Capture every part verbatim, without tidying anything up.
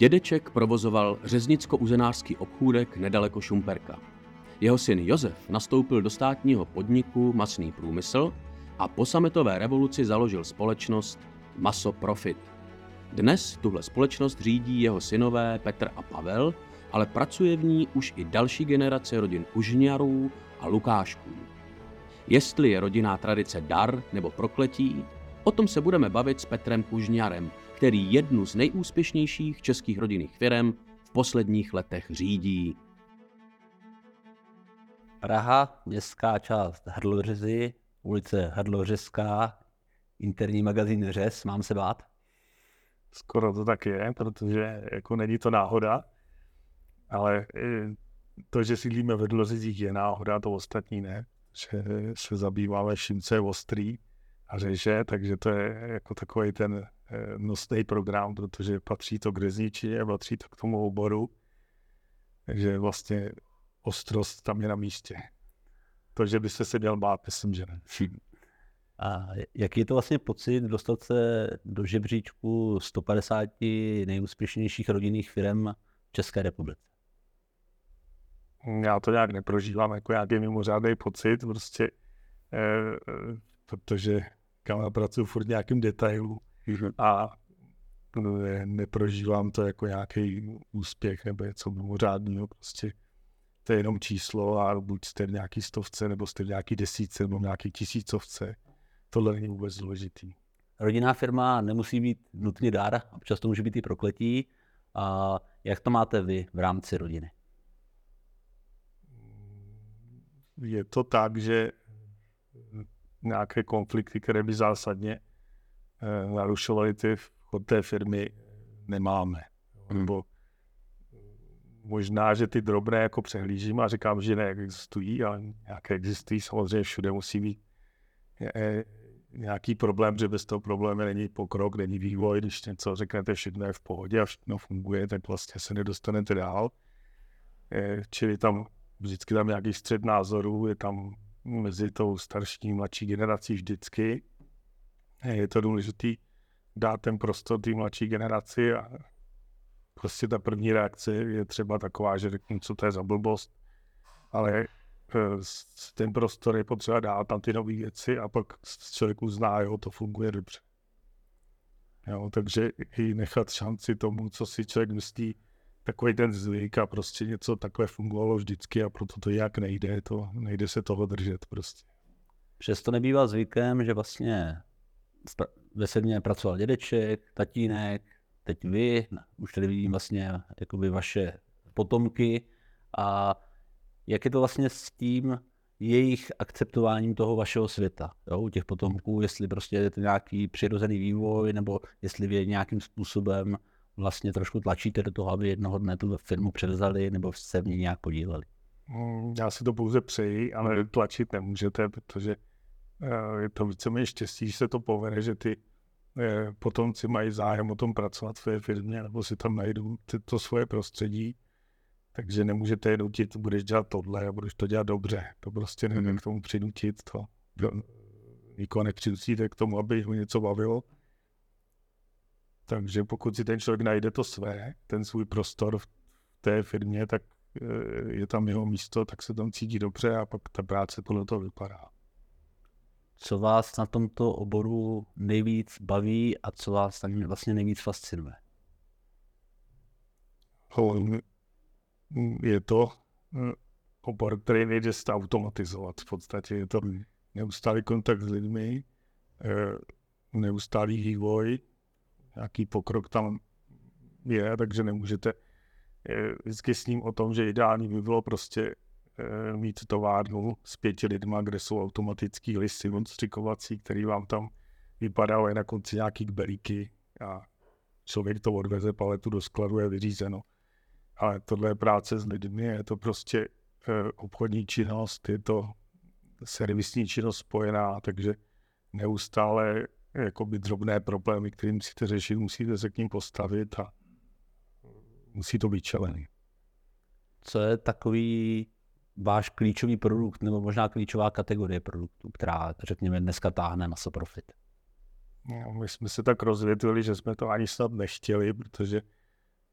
Dědeček provozoval řeznicko-uzenářský obchůdek nedaleko Šumperka. Jeho syn Josef nastoupil do státního podniku Masný průmysl a po sametové revoluci založil společnost Maso Profit. Dnes tuhle společnost řídí jeho synové Petr a Pavel, ale pracuje v ní už i další generace rodin Kužňarů a Lukášků. Jestli je rodinná tradice dar nebo prokletí, o tom se budeme bavit s Petrem Kužňarem, který jednu z nejúspěšnějších českých rodinných firem v posledních letech řídí. Praha, městská část Hrdlořezy, ulice Hrdlořezská, interní magazín Řez, mám se bát? Skoro to tak je, protože jako není to náhoda, ale to, že sídlíme v Hrdlořezích, je náhoda, to ostatní ne, že se zabýváme vším, co je ostrý a řeže, takže to je jako takový ten nosný program, protože patří to k řezničině, patří to k tomu oboru, takže vlastně ostrost tam je na místě. To, že byste se měl bát, myslím, že ne. A jaký je to vlastně pocit dostat se do žebříčku sto padesáti nejúspěšnějších rodinných firm v České republice? Já to nějak neprožívám jako nějaký mimořádný pocit, prostě, eh, protože já pracuji furt nějakým detailu a ne, neprožívám to jako nějaký úspěch nebo něco mimořádného, prostě to je jenom číslo a buď jste v nějaký stovce, nebo jste v nějaký desítce, nebo v nějaký tisícovce. Tohle není vůbec důležitý. Rodinná firma nemusí být nutně dar, občas to může být i prokletí. A jak to máte vy v rámci rodiny? Je to tak, že nějaké konflikty, které by zásadně eh, narušovaly ty chod té firmy, nemáme. Hmm. Nebo možná, že ty drobné jako přehlížím a říkám, že neexistují, ale nějaké existují. Samozřejmě všude musí být je, nějaký problém, že bez toho problému není pokrok, není vývoj. Když něco řeknete, všechno je v pohodě a všechno funguje, tak vlastně se nedostanete dál. Je, čili tam vždycky tam nějaký střed názorů, je tam mezi tou starší a mladší generací vždycky. Je to důležité dát ten prostor té mladší generaci a prostě ta první reakce je třeba taková, že řeknu, co to je za blbost, ale ten prostor je potřeba dát tam ty nové věci a pak člověk uzná, jo, to funguje dobře. Jo, takže i nechat šanci tomu, co si člověk myslí, takový ten zvyk a prostě něco takové fungovalo vždycky a proto to jak nejde, to nejde se toho držet prostě. Přesto nebývá zvykem, že vlastně ve firmě pracoval dědeček, tatínek, teď vy, už tady vidím vlastně jakoby vaše potomky a jak je to vlastně s tím jejich akceptováním toho vašeho světa, jo, u těch potomků, jestli prostě je to nějaký přirozený vývoj, nebo jestli vy nějakým způsobem vlastně trošku tlačíte do toho, aby jednoho dne tu firmu převzali, nebo se v ní nějak podíleli. Já si to pouze přeji, ale tlačit nemůžete, protože je to víceméně štěstí, že se to povede, že ty potomci mají zájem o tom pracovat v té firmě, nebo si tam najdou to svoje prostředí, takže nemůžete je nutit, budeš dělat tohle a budeš to dělat dobře. To prostě nevím, k tomu přinutit. To. Nikoho nepřinutíte k tomu, aby ho něco bavilo. Takže pokud si ten člověk najde to své, ten svůj prostor v té firmě, tak je tam jeho místo, tak se tam cítí dobře a pak ta práce podle toho vypadá. Co vás na tomto oboru nejvíc baví a co vás tam vlastně nejvíc fascinuje? Je to obor, který nejde se automatizovat. V podstatě je to neustálý kontakt s lidmi, neustálý vývoj, nějaký pokrok tam je, takže nemůžete vždycky s ním o tom, že ideální by bylo prostě mít továrnu s pěti lidma, kde jsou automatický listy odstřikovací, který vám tam vypadají na konci nějaký kbelíky a člověk to odveze paletu do skladu, je vyřízeno. Ale tohle je práce s lidmi, je to prostě obchodní činnost, je to servisní činnost spojená, takže neustále jakoby drobné problémy, které musíte řešit, musíte se k ním postavit a musí to být čelený. Co je takový váš klíčový produkt, nebo možná klíčová kategorie produktů, která, řekněme, dneska táhne Maso Profit? No, my jsme se tak rozvětvili, že jsme to ani snad nechtěli, protože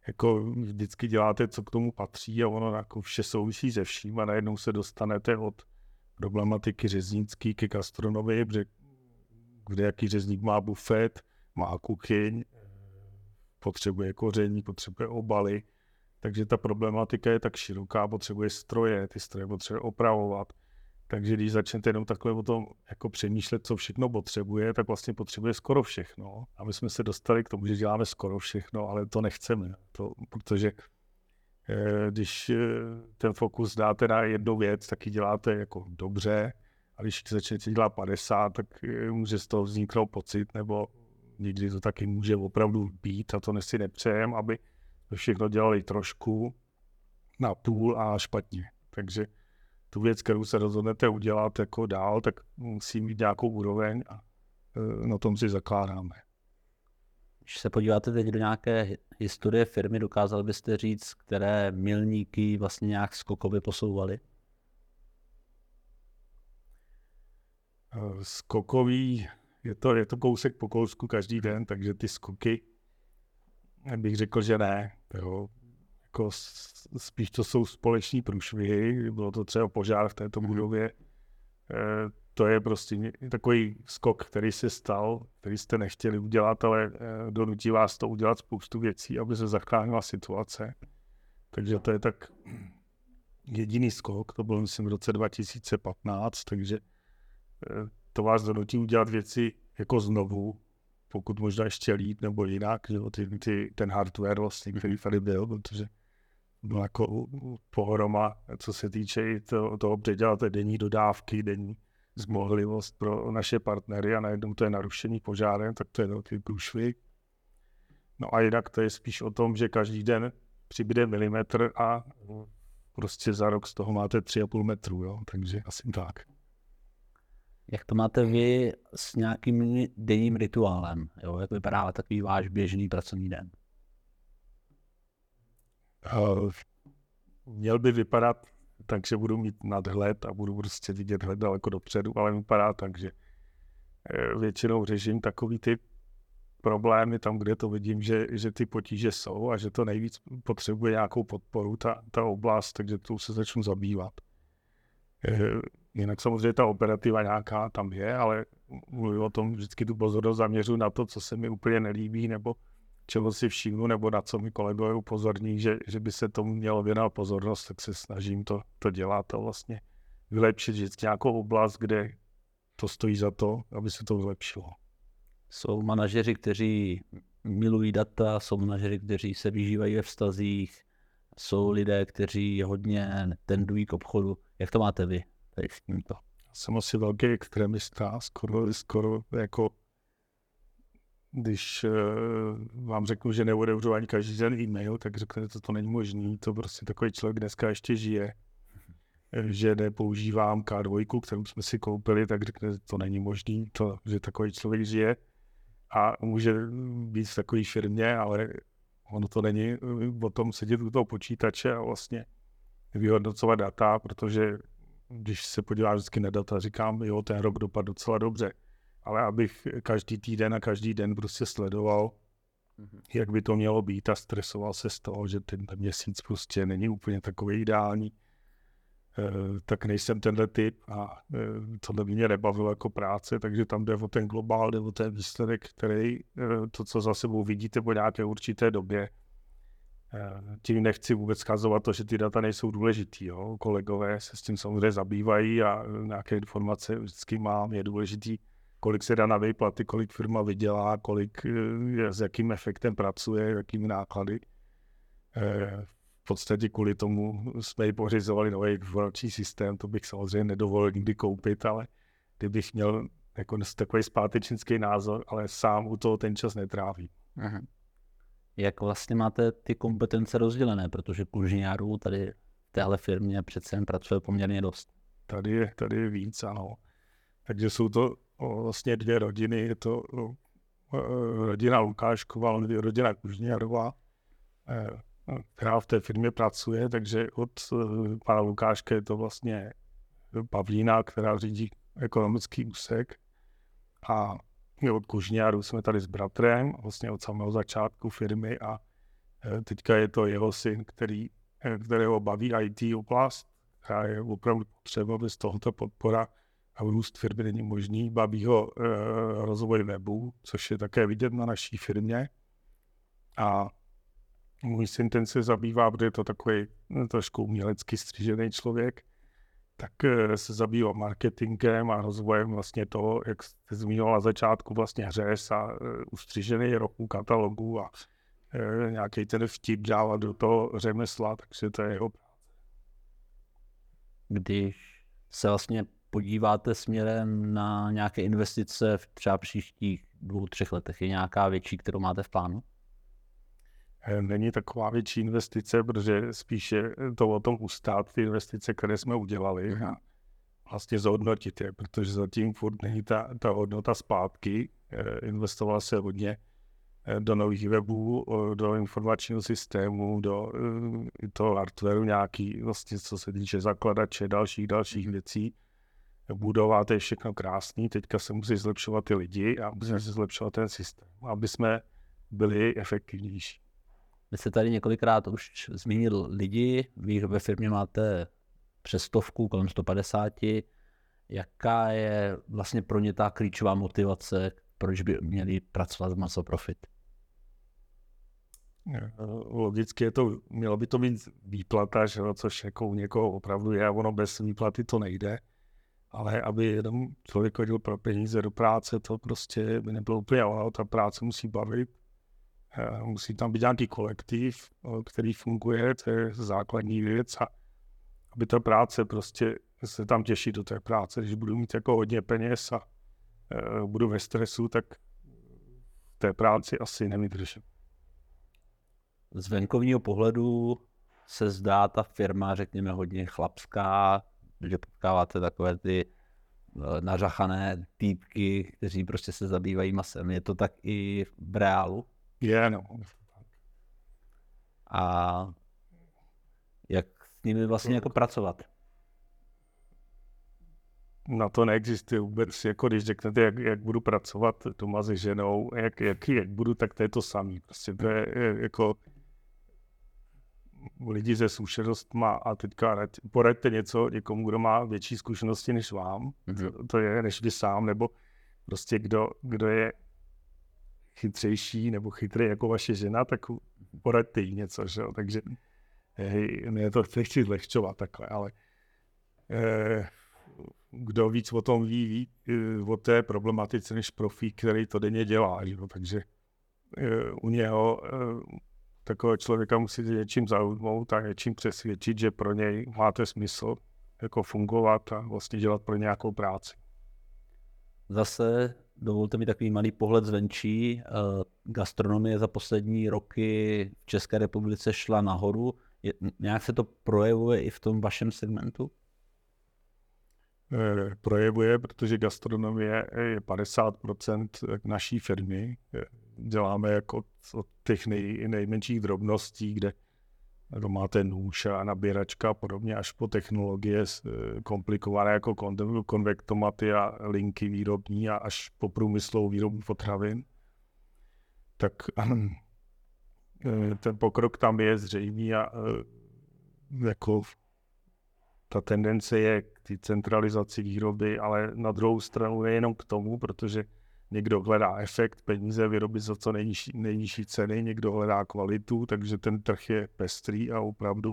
jako vždycky děláte, co k tomu patří a ono jako vše souvisí se vším a najednou se dostanete od problematiky řeznický ke gastronomii, kde jaký řezník má bufet, má kuchyň, potřebuje koření, potřebuje obaly, takže ta problematika je tak široká, potřebuje stroje, ty stroje potřebuje opravovat. Takže když začnete jenom takhle o tom jako přemýšlet, co všechno potřebuje, tak vlastně potřebuje skoro všechno. A my jsme se dostali k tomu, že děláme skoro všechno, ale to nechceme. To, protože eh, když ten fokus dáte na jednu věc, tak ji děláte jako dobře. A když začnete dělat padesát, tak může z toho vzniknout pocit, nebo někdy to taky může opravdu být, a to si nepřejem, aby všechno dělali trošku, na půl a špatně. Takže tu věc, kterou se rozhodnete udělat jako dál, tak musí mít nějakou úroveň a na tom si zakládáme. Když se podíváte teď do nějaké historie firmy, dokázal byste říct, které milníky vlastně nějak skokově posouvaly? Skokový, je to, je to kousek po kousku každý den, takže ty skoky, bych řekl, že ne. Jo. Jako spíš to jsou společní průšvihy, bylo to třeba požár v této budově. E, to je prostě takový skok, který se stal, který jste nechtěli udělat, ale e, donutí vás to udělat spoustu věcí, aby se zachránila situace. Takže to je tak jediný skok, to bylo myslím v roce dva tisíce patnáct, takže e, to vás donutí udělat věci jako znovu, pokud možná ještě líp nebo jinak, že ty, ty, ten hardware vlastně, který tady byl, protože byla jako pohroma, co se týče to, toho předělat denní dodávky, denní zmohlivost pro naše partnery a najednou to je narušení požárem, tak to je velký průšvih. No a jinak to je spíš o tom, že každý den přibyde milimetr a prostě za rok z toho máte tři a půl metru, jo? Takže asi tak. Jak to máte vy s nějakým denním rituálem? Jo? Jak vypadá takový váš běžný pracovní den? Uh, měl by vypadat tak, že budu mít nadhled a budu prostě vidět hled daleko dopředu, ale vypadá tak, že většinou řeším takový ty problémy tam, kde to vidím, že, že ty potíže jsou a že to nejvíc potřebuje nějakou podporu, ta, ta oblast, takže tou se začnu zabývat. Jinak samozřejmě ta operativa nějaká tam je, ale mluvím o tom, vždycky tu pozornost zaměřu na to, co se mi úplně nelíbí, nebo čeho si všimnu, nebo na co mi kolegové upozorní, že, že by se tomu mělo věnovat pozornost, tak se snažím to, to dělat a vlastně vylepšit vždycky nějakou oblast, kde to stojí za to, aby se to vylepšilo. Jsou manažeři, kteří milují data, jsou manažeři, kteří se vyžívají ve vztazích, jsou lidé, kteří hodně tendují k obchodu. Jak to máte vy? Tady s tímto. Jsem asi velký extremista, skoro, skoro jako když uh, vám řeknu, že neodevřu ani každý den e-mail, tak řeknete, že to není možný. To prostě takový člověk dneska ještě žije. Že nepoužívám ká dva, kterou jsme si koupili, tak řeknete, že to není možný, to, že takový člověk žije a může být v takové firmě, ale ono to není o tom sedět u toho počítače a vlastně vyhodnocovat data, protože když se podívám vždycky na data, říkám, jo, ten rok dopadl docela dobře, ale abych každý týden a každý den prostě sledoval, mm-hmm. jak by to mělo být a stresoval se z toho, že ten měsíc prostě není úplně takový ideální, eh, tak nejsem tenhle typ a eh, tohle by mě nebavilo jako práce, takže tam jde o ten globál, jde o ten výsledek, který eh, to, co za sebou vidíte po nějaké určité době. Eh, tím nechci vůbec skazovat to, že ty data nejsou důležitý. Jo? Kolegové se s tím samozřejmě zabývají a nějaké informace vždycky mám, je důležitý, kolik se dá na výplaty, kolik firma vydělá, kolik, s jakým efektem pracuje, jakými náklady. V podstatě kvůli tomu jsme i pořizovali nový informační systém, to bych samozřejmě nedovolil nikdy koupit, ale kdybych měl jako takový zpátečnický názor, ale sám u toho ten čas netráví. Aha. Jak vlastně máte ty kompetence rozdělené, protože kužňárů tady v téhle firmě přece jen pracuje poměrně dost. Tady je, tady je víc, ano. Takže jsou to o, vlastně dvě rodiny, je to o, rodina Lukášková, rodina Kužňárová, která v té firmě pracuje, takže od pana Lukáška je to vlastně Pavlína, která řídí ekonomický úsek a od Kužňáru jsme tady s bratrem, vlastně od samého začátku firmy a Teďka je to jeho syn, který, kterého baví í té oblast, která je opravdu potřeba, bez tohoto podpora a růst firmy není možný. Baví ho e, rozvoj webu, což je také vidět na naší firmě. A můj syn ten se zabývá, protože je to takový trošku umělecky střížený člověk, tak e, se zabývá marketingem a rozvojem vlastně toho, jak jste zmínil na začátku, vlastně řez a e, ustřížený roku katalogu a e, nějaký ten vtip dávat do toho řemesla, takže to je jeho práce. Když se vlastně podíváte směrem na nějaké investice v třeba příštích dvou, třech letech, je nějaká větší, kterou máte v plánu? Není taková větší investice, protože spíše to o tom ustát, ty investice, které jsme udělali a vlastně zhodnotit je, protože zatím furt není ta, ta hodnota zpátky. Investovala se hodně do nových webů, do informačního systému, do toho hardwareu nějaký, vlastně co se týče zakladače, dalších, dalších věcí. Budova, to je všechno krásný, teďka se musí zlepšovat ty lidi a musí se zlepšovat ten systém, aby jsme byli efektivnější. Vy jste tady několikrát už zmínil lidi, vy ve firmě máte přes stovku, kolem sto padesát. Jaká je vlastně pro ně ta klíčová motivace, proč by měli pracovat v Masoprofit? Logicky je to, mělo by to být výplata, že, což jako u někoho opravdu je, a ono bez výplaty to nejde. Ale aby jenom člověk chodil pro peníze do práce, to prostě by nebylo úplně, ale ta práce musí bavit. Musí tam být nějaký kolektiv, který funguje, to je základní věc, a aby ta práce prostě se tam těší do té práce. Když budu mít jako hodně peněz a budu ve stresu, tak v té práci asi nevydržím. Z venkovního pohledu se zdá ta firma, řekněme, hodně chlapská, že potkáváte takové ty nařachané týpky, kteří prostě se zabývají masem. Je to tak i v reálu? Je, no. A jak s nimi vlastně jako pracovat? Na to neexistuje vůbec, jako když řeknete, jak, jak budu pracovat doma se ženou, jak, jak, jak budu, tak to je to samý. Prostě to je, je jako lidi se zkušenostma a teďka poraďte něco někomu, kdo má větší zkušenosti než vám, mm-hmm. to je než vy sám, nebo prostě kdo, kdo je chytřejší nebo chytrý jako vaše žena, tak poraďte jí něco, že jo, takže hej, ne to nechci zlehčovat takhle, ale eh, kdo víc o tom ví, ví o té problematice než profík, který to denně dělá, že jo, takže eh, u něho eh, takového člověka musíte něčím zaujmout a něčím přesvědčit, že pro něj máte smysl jako fungovat a vlastně dělat pro nějakou práci. Zase dovolte mi takový malý pohled zvenčí. Gastronomie za poslední roky v České republice šla nahoru. Je, nějak se to projevuje i v tom vašem segmentu? E, projevuje, protože gastronomie je padesát procent naší firmy. Děláme jako od těch nej, nejmenších drobností, kde máte nůž a nabíračka a podobně, až po technologie komplikované jako konvektomaty a linky výrobní a až po průmyslovou výrobu potravin. Tak ten pokrok tam je zřejmý a jako ta tendence je k té centralizaci výroby, ale na druhou stranu nejenom k tomu, protože někdo hledá efekt, peníze, vyrobit za co nejnižší, nejnižší ceny, někdo hledá kvalitu, takže ten trh je pestrý a opravdu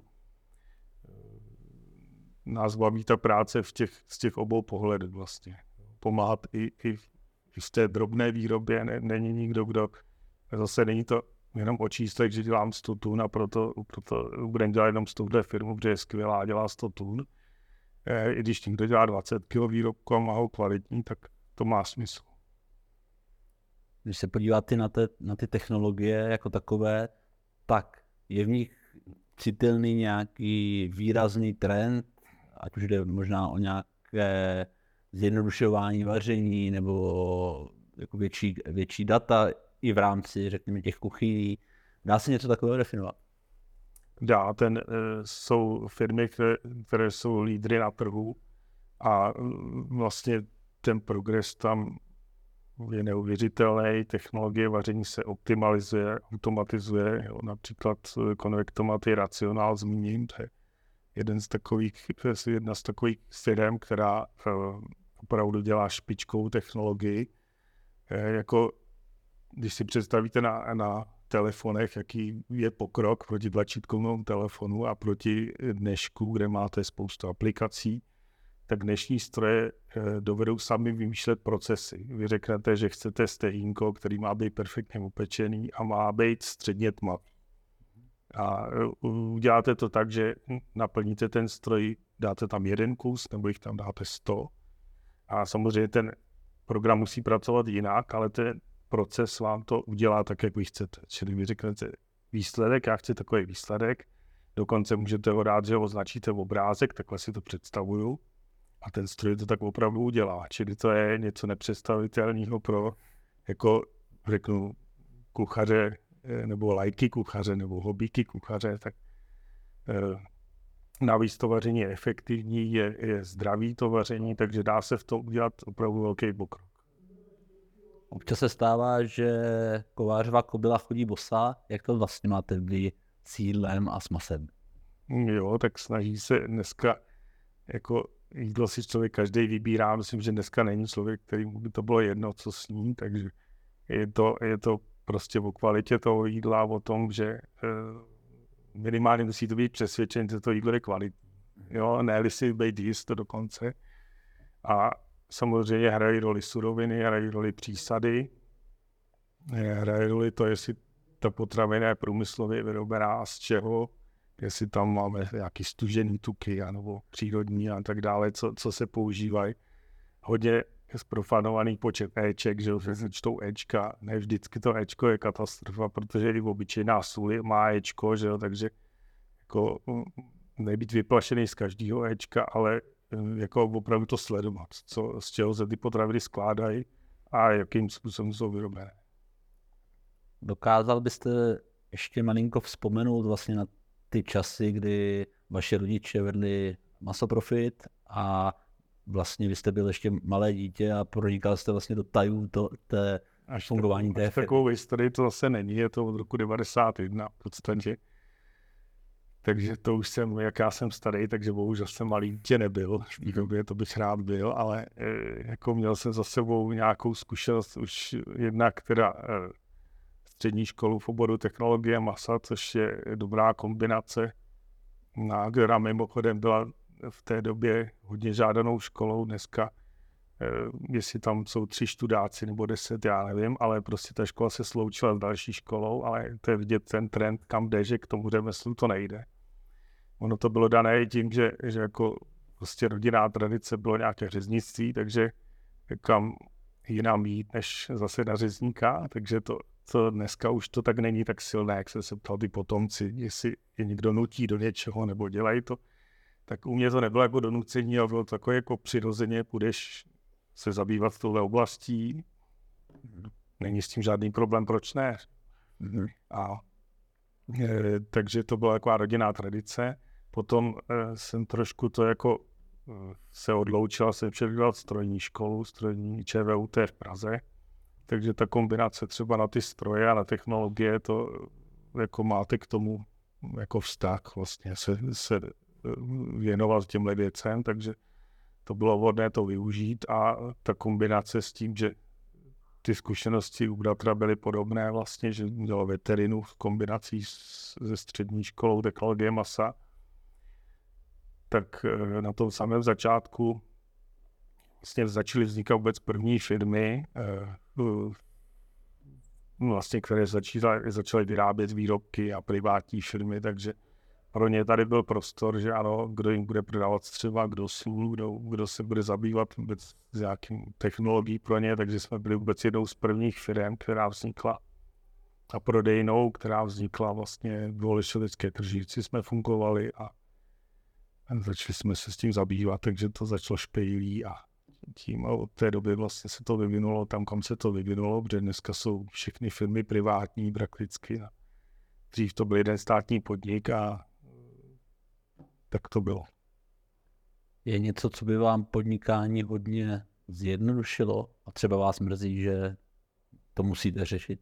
nás baví ta práce v těch, z těch obou pohledů vlastně. Pomáhat i, i, i v té drobné výrobě, ne, není nikdo, kdo, zase není to jenom o číslech, že dělám sto tun a proto, proto budeme dělat jenom z touhle firmu, protože je skvělá a dělá sto tun. E, I když někdo dělá dvacet kilo výrobku a má ho kvalitní, tak to má smysl. Když se podíváte na, te, na ty technologie jako takové, tak je v nich citelný nějaký výrazný trend, ať už jde možná o nějaké zjednodušování vaření nebo jako větší, větší data i v rámci, řekněme, těch kuchyní. Dá se něco takového definovat? Dá, ten, jsou firmy, které, které jsou lídry na trhu a vlastně ten progres tam je neuvěřitelný, technologie vaření se optimalizuje, automatizuje, jo, například konvektomat je Racionál zmíním, to je jeden z takových, jedna z takových firm, která uh, opravdu dělá špičkovou technologii. E, jako, když si představíte na, na telefonech, jaký je pokrok proti tlačítkovému telefonu a proti dnešku, kde máte spoustu aplikací, tak dnešní stroje e, dovedou sami vymýšlet procesy. Vy řeknete, že chcete stehínko, který má být perfektně upečený a má být středně tmavý. A uděláte to tak, že naplníte ten stroj, dáte tam jeden kus, nebo jich tam dáte sto. A samozřejmě ten program musí pracovat jinak, ale ten proces vám to udělá tak, jak vy chcete. Čili vy řeknete výsledek, já chci takový výsledek, dokonce můžete ho dát, že ho označíte v obrázek, takhle si to představuju. A ten stroj to tak opravdu udělá. Čili to je něco nepředstavitelného pro, jako řeknu, kuchaře, nebo lajky kuchaře, nebo hobíky kuchaře, tak eh, navíc to vaření je efektivní, je, je zdravý to vaření, takže dá se v tom udělat opravdu velký pokrok. Občas se stává, že kovářová kobyla chodí bosá. Jak to vlastně máte vy s jídlem a s masem? Jo, tak snaží se dneska, jako jídlo si člověk každý vybírá, myslím, že dneska není člověk, který by to bylo jedno, co sní, takže je to, je to prostě o kvalitě toho jídla, o tom, že eh, minimálně musí to být přesvědčen, že to jídlo je kvalitní. Jo, ne-li si být jist dokonce. A samozřejmě hrají roli suroviny, hrají roli přísady, hrají roli to, jestli ta potravina je průmyslově vyrobená a z čeho, jestli tam máme nějaký stužený tuky nebo přírodní a tak dále, co, co se používají. Hodně zprofanovaný počet éček, že se čtou éčka, ne vždycky to éčko je katastrofa, protože i obyčejná sůl má éčko, že jo, takže jako nebýt vyplašený z každého éčka, ale jako opravdu to sledovat, co, z čeho se ty potraviny skládají a jakým způsobem jsou vyrobené. Dokázal byste ještě malinko vzpomenout vlastně na ty časy, kdy vaše rodiče vedli Masoprofit a vlastně vy jste byl ještě malé dítě a pronikal jste vlastně do tajů to, té až fungování té firmy. Takovou historii to zase není, je to od roku devadesát jedna v podstatě. Takže to už jsem, jak já jsem starý, takže bohužel jsem malý dítě nebyl. V té době to bych rád byl, ale e, jako měl jsem za sebou nějakou zkušenost už jednak teda e, střední školu v oboru technologie masa, což je dobrá kombinace, na, která mimochodem byla v té době hodně žádanou školou. Dneska, e, jestli tam jsou tři študáci nebo deset, já nevím, ale prostě ta škola se sloučila s další školou, ale to je vidět ten trend, kam jde, že k tomu řemeslu to nejde. Ono to bylo dané tím, že, že jako prostě rodinná tradice bylo nějaké řeznictví, takže kam jinam jít, než zase na řezníka, takže to, to dneska už to tak není tak silné, jak se se ptal ty potomci, jestli je někdo nutí do něčeho nebo dělají to, tak u mě to nebylo jako donucení, ale bylo to takové jako přirozeně, půjdeš se zabývat touhle oblastí, není s tím žádný problém, proč ne? Mm-hmm. A e, takže to byla taková rodinná tradice. Potom e, jsem trošku to jako e, se odloučil, jsem předvídal strojní školu, strojní ČVUT v Praze, takže ta kombinace třeba na ty stroje a na technologie, to jako máte k tomu jako vztah vlastně se, se věnovat těmhle věcem, takže to bylo vhodné to využít a ta kombinace s tím, že ty zkušenosti u bratra byly podobné vlastně, že dělal veterinu v kombinací se střední školou technologie masa, tak na tom samém začátku vlastně začaly vznikat vůbec první firmy, vlastně, které začaly, začaly vyrábět výrobky a privátní firmy, takže pro ně tady byl prostor, že ano, kdo jim bude prodávat třeba, kdo sůl, kdo, kdo se bude zabývat vůbec s nějakým technologií pro ně, takže jsme byli vůbec jednou z prvních firm, která vznikla a prodejnou, která vznikla vlastně v Holešovické Tržívci jsme fungovali a začali jsme se s tím zabývat, takže to začalo špejlí a tím a od té doby vlastně se to vyvinulo tam, kam se to vyvinulo, protože dneska jsou všechny firmy privátní prakticky. Dřív to byl jeden státní podnik a tak to bylo. Je něco, co by vám podnikání hodně zjednodušilo a třeba vás mrzí, že to musíte řešit?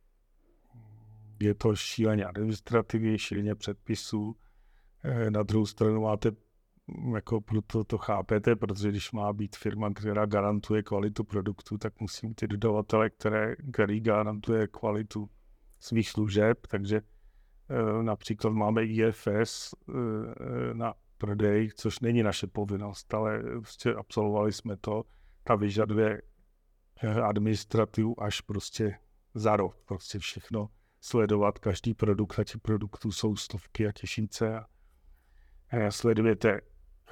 Je to šíleně administrativy, šíleně předpisů. Na druhou stranu máte, jako proto to chápete, protože když má být firma, která garantuje kvalitu produktu, tak musí mít ty dodavatele, které, který garantuje kvalitu svých služeb, takže například máme I F S na prodej, což není naše povinnost, ale prostě absolvovali jsme to. Ta vyžaduje administrativu až prostě za rok, prostě všechno sledovat, každý produkt, a těch produktů jsou stovky a tisíce a sledujete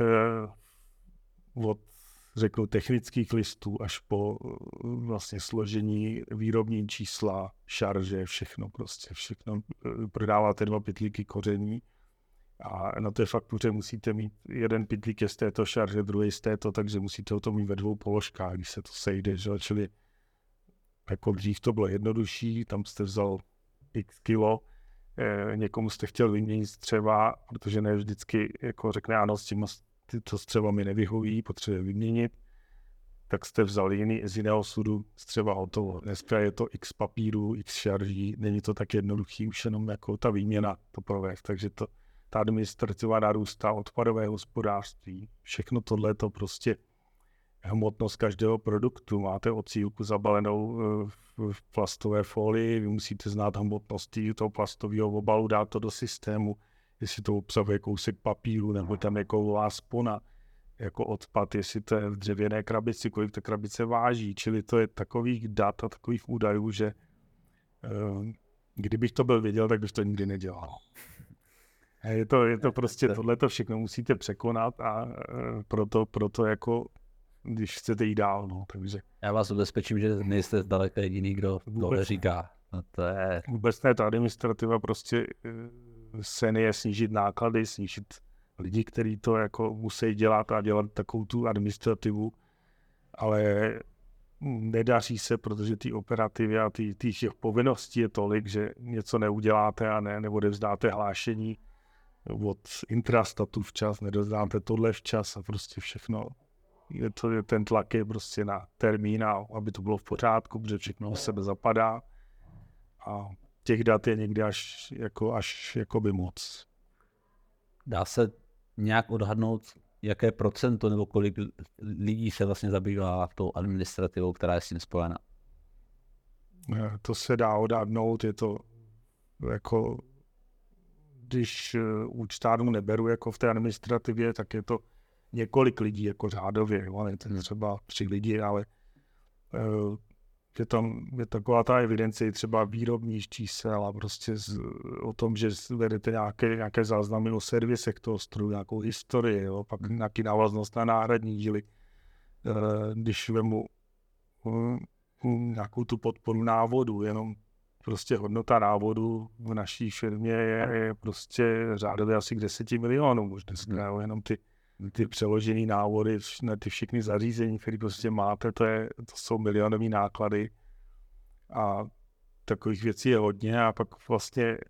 od, řeknu, technických listů až po vlastně složení výrobní čísla, šarže, všechno prostě, všechno. Prodáváte dva pytlíky koření a na té faktuře musíte mít jeden pytlík je z této šarže, druhý z této, takže musíte o tom mít ve dvou položkách, když se to sejde, že? Čili jako dřív to bylo jednodušší, tam jste vzal x kilo, eh, někomu jste chtěl vyměnit střeva, protože ne vždycky jako řekne ano, s tím to střeva mi nevyhoví, potřebuje vyměnit, tak jste vzali jiný, z jiného sudu střeva hotovo. Dneska je to x papíru, x šarží, není to tak jednoduchý, už jenom jako ta výměna to provést, takže to, ta administrativa narůstá, odpadové hospodářství, všechno tohle to prostě hmotnost každého produktu. Máte ocílku zabalenou v plastové folii, vy musíte znát hmotnosti toho plastového obalu, dát to do systému, jestli to obsahuje kousek papíru, nebo tam je kovová spona, jako odpad, jestli to je v dřevěné krabici, kolik ta krabice váží. Čili to je takových dat a takových údajů, že kdybych to byl věděl, tak bych to nikdy nedělal. Je to, je to prostě, tohleto všechno musíte překonat a proto, proto jako když chcete jít dál, no, takže. Já vás ubezpečím, že nejste zdaleka jediný, kdo tohle říká. No to je... Vůbec ne, ta administrativa prostě sen je snížit náklady, snížit lidi, kteří to jako musí dělat a dělat takovou tu administrativu, ale nedaří se, protože ty operativy a ty, ty těch povinností je tolik, že něco neuděláte a ne, nebo odevzdáte hlášení od intrastatu včas, nedozdáte tohle včas a prostě všechno. Je to, je ten tlak je prostě na termín, a aby to bylo v pořádku, protože všechno v sebe zapadá a těch dat je někdy až, jako, až jakoby moc. Dá se nějak odhadnout, jaké procento nebo kolik lidí se vlastně zabývá tou administrativou, která je s tím spojena? To se dá odhadnout, je to jako, když účtárnu neberu jako v té administrativě, tak je to několik lidí jako řádově, jo, ale to je třeba tři lidi, ale uh, je tam je taková ta evidence třeba výrobních čísel a prostě z, o tom, že vedete nějaké, nějaké záznamy o servisech toho stroju, nějakou historii, jo, pak nějaký návaznost na náhradní díly. Uh, když vemu uh, nějakou tu podporu návodu, jenom prostě hodnota návodu v naší firmě je, je prostě řádově asi k deseti milionů, už dneska, jo, jenom ty ty přeložené návody na ty všechny zařízení, které prostě máte, to, je, to jsou milionové náklady a takových věcí je hodně a pak vlastně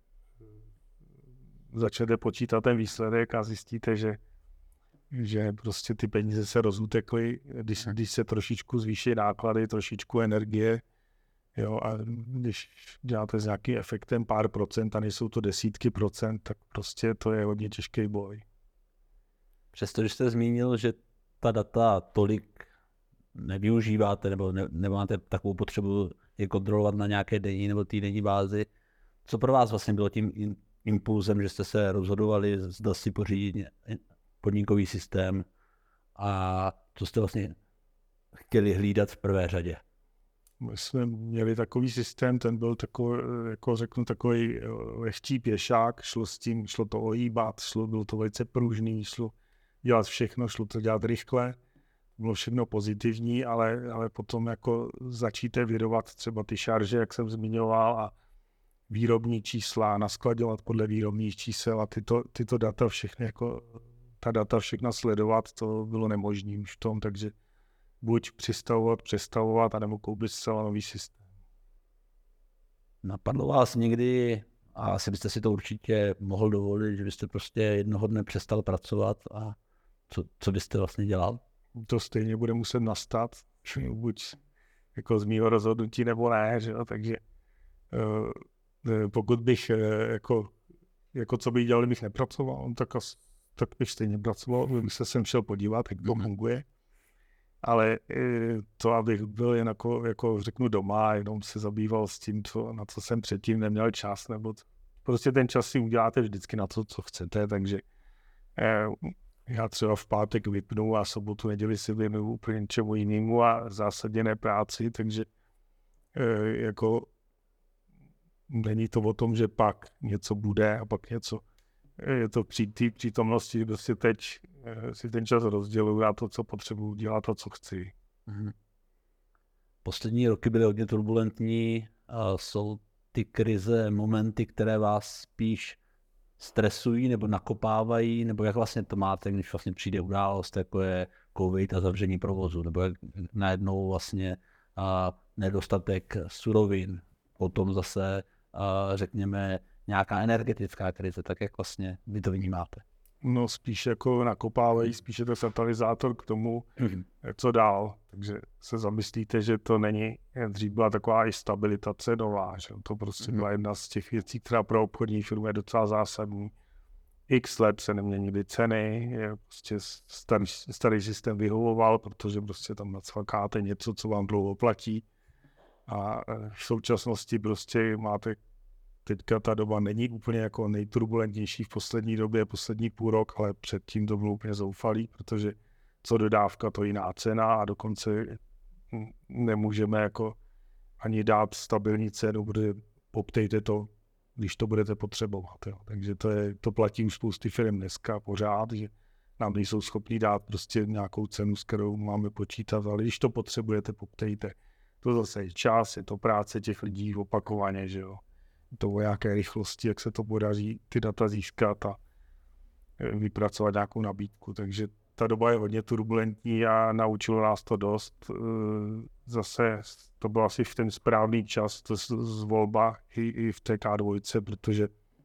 začnete počítat ten výsledek a zjistíte, že, že prostě ty peníze se rozutekly, když, když se trošičku zvýší náklady, trošičku energie, jo, a když děláte s nějakým efektem pár procent a nejsou to desítky procent, tak prostě to je hodně těžký boj. Přestože jste zmínil, že ta data tolik nevyužíváte nebo ne, nemáte takovou potřebu je kontrolovat na nějaké denní nebo týdenní bázi, co pro vás vlastně bylo tím impulzem, že jste se rozhodovali, zda si pořídit podnikový systém a co jste vlastně chtěli hlídat v prvé řadě? My jsme měli takový systém, ten byl takový, jako řeknu, takový lehčí pěšák, šlo s tím, šlo to ohýbat, šlo, bylo to velice pružný, šlo dělat všechno, šlo to dělat rychle, bylo všechno pozitivní, ale, ale potom jako začíte vyrovat třeba ty šarže, jak jsem zmiňoval, a výrobní čísla, naskladovat podle výrobních čísel a tyto, tyto data všechny, jako ta data všechna sledovat, to bylo nemožné už v tom, takže buď přistavovat, přestavovat, anebo koupit zcela nový systém. Napadlo vás někdy, a asi byste si to určitě mohl dovolit, že byste prostě jednoho dne přestal pracovat a co, co byste vlastně dělal? To stejně bude muset nastat. buď jako z mýho rozhodnutí nebo ne, že jo? Takže pokud bych jako, jako co bych dělal, kdybych nepracoval, tak, as, tak bych stejně pracoval, bych se sem šel podívat, jak to funguje. Ale to, abych byl jen jako, jako řeknu doma, jenom se zabýval s tím, co, na co jsem předtím neměl čas, nebo to, prostě ten čas si uděláte vždycky na to, co chcete, takže eh, já třeba v pátek vypnu a sobotu, neděli si věnuju úplně něčemu jinému a zásadně ne práci, takže eh, jako není to o tom, že pak něco bude a pak něco. Je to při té přítomnosti, prostě teď si ten čas rozděluju a to, co potřebuji dělat, to, co chci. Mhm. Poslední roky byly hodně turbulentní. A jsou ty krize momenty, které vás spíš stresují nebo nakopávají, nebo jak vlastně to máte, když vlastně přijde událost, jako je covid a zavření provozu, nebo jak najednou vlastně a nedostatek surovin, potom zase a řekněme nějaká energetická krize, tak jak vlastně vy to vnímáte? No spíš jako nakopávají, spíš je to katalyzátor k tomu, mm. co dál. Takže se zamyslíte, že to není, dřív byla taková i stabilita cenová, že to prostě mm. byla jedna z těch věcí, která pro obchodní firmu je docela zásadní. X let se neměnily ceny, je prostě starý, starý systém vyhovoval, protože prostě tam nacvakáte něco, co vám dlouho platí. A v současnosti prostě máte, teďka ta doba není úplně jako nejturbulentnější v poslední době, poslední půl rok, ale předtím to bylo úplně zoufalý, protože co dodávka, to jiná cena a dokonce nemůžeme jako ani dát stabilní cenu, protože poptejte to, když to budete potřebovat. Jo. Takže to, je, to platí už spousty firm dneska pořád, že nám nejsou schopni dát prostě nějakou cenu, s kterou máme počítat, ale když to potřebujete, poptejte. To zase je čas, je to práce těch lidí opakovaně, že jo. To o jaké rychlosti, jak se to podaří ty data získat a vypracovat nějakou nabídku. Takže ta doba je hodně turbulentní a naučilo nás to dost. Zase to byl asi v ten správný čas, to z volba i, i v té ká dva, protože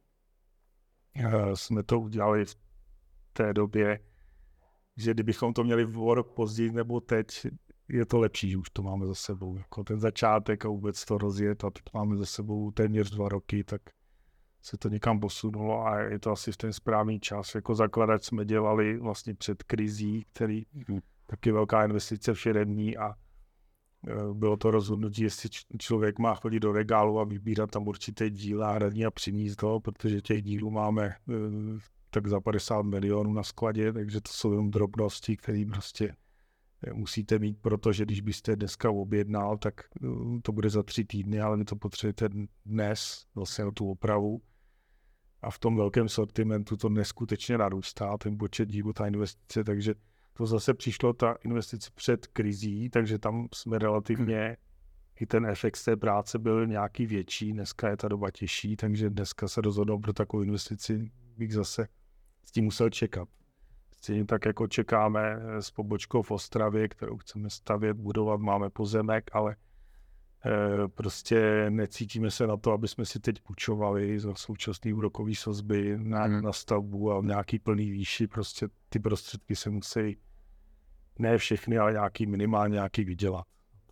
jsme to udělali v té době, že kdybychom to měli v rok později nebo teď, je to lepší, že už to máme za sebou. Jako ten začátek a vůbec to rozjet a teď máme za sebou téměř dva roky, tak se to někam posunulo a je to asi v ten správný čas. Jako zakladač jsme dělali vlastně před krizí, který mm. taky velká investice firemní a bylo to rozhodnutí, jestli člověk má chodit do regálu a vybírat tam určité díla hradní a přinést ho, protože těch dílů máme tak za padesát milionů na skladě, takže to jsou jenom drobnosti, které prostě musíte mít, protože když byste dneska objednal, tak to bude za tři týdny, ale vy to potřebujete dnes, vlastně na tu opravu. A v tom velkém sortimentu to neskutečně narůstá, ten počet dílů, ta investice, takže to zase přišlo ta investice před krizí, takže tam jsme relativně, i ten efekt té práce byl nějaký větší, dneska je ta doba těžší, takže dneska se rozhodnou pro takovou investici, bych zase s tím musel čekat. Stejně tak jako čekáme s pobočkou v Ostravě, kterou chceme stavět, budovat, máme pozemek, ale e, prostě necítíme se na to, aby jsme si teď půjčovali za současné úrokové sazby na, hmm. na stavbu a nějaký plný výši, prostě ty prostředky se musí, ne všechny, ale nějaký minimálně nějaký vydělat.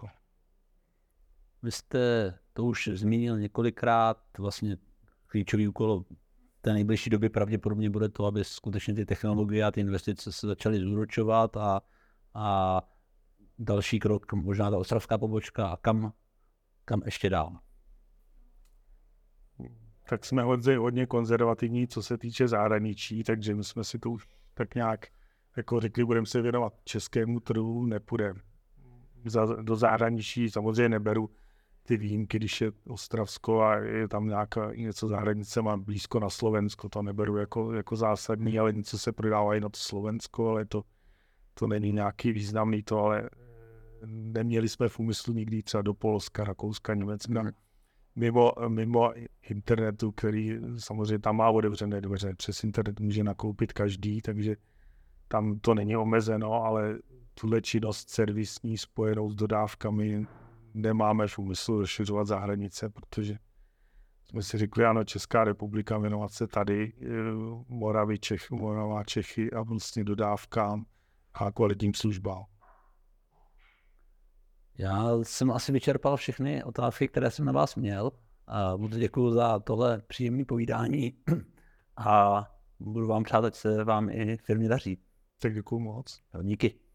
Vy jste to už zmínil několikrát, vlastně klíčový úkol té nejbližší době pravděpodobně bude to, aby skutečně ty technologie a ty investice se začaly zúročovat a, a další krok, možná ta ostravská pobočka a kam, kam ještě dál. Tak jsme hodně, hodně konzervativní, co se týče zahraničí, takže my jsme si to už tak nějak jako řekli, budeme se věnovat českému trhu, nepůjdeme do zahraničí, samozřejmě neberu ty výjimky, když je Ostravsko a je tam nějaká něco za hranice, mám blízko na Slovensko, to neberu jako, jako zásadní, ale něco se prodává i na to Slovensko, ale to, to není nějaký významný to, ale neměli jsme v úmyslu nikdy třeba do Polska, Rakouska, Německa, mm. mimo, mimo internetu, který samozřejmě tam má otevřené dveře, přes internet může nakoupit každý, takže tam to není omezeno, ale tuhle činnost servisní spojenou s dodávkami nemáme v úmyslu rozšiřovat za hranice, protože jsme si řekli, ano, Česká republika, věnovat se tady Moravy, Čech, Morava, Čechy a vlastně dodávkám a kvalitním službám. Já jsem asi vyčerpal všechny otázky, které jsem na vás měl. A moc děkuji za tohle příjemné povídání a budu vám přát, ať se vám i firmě daří. Tak děkuji moc. Díky.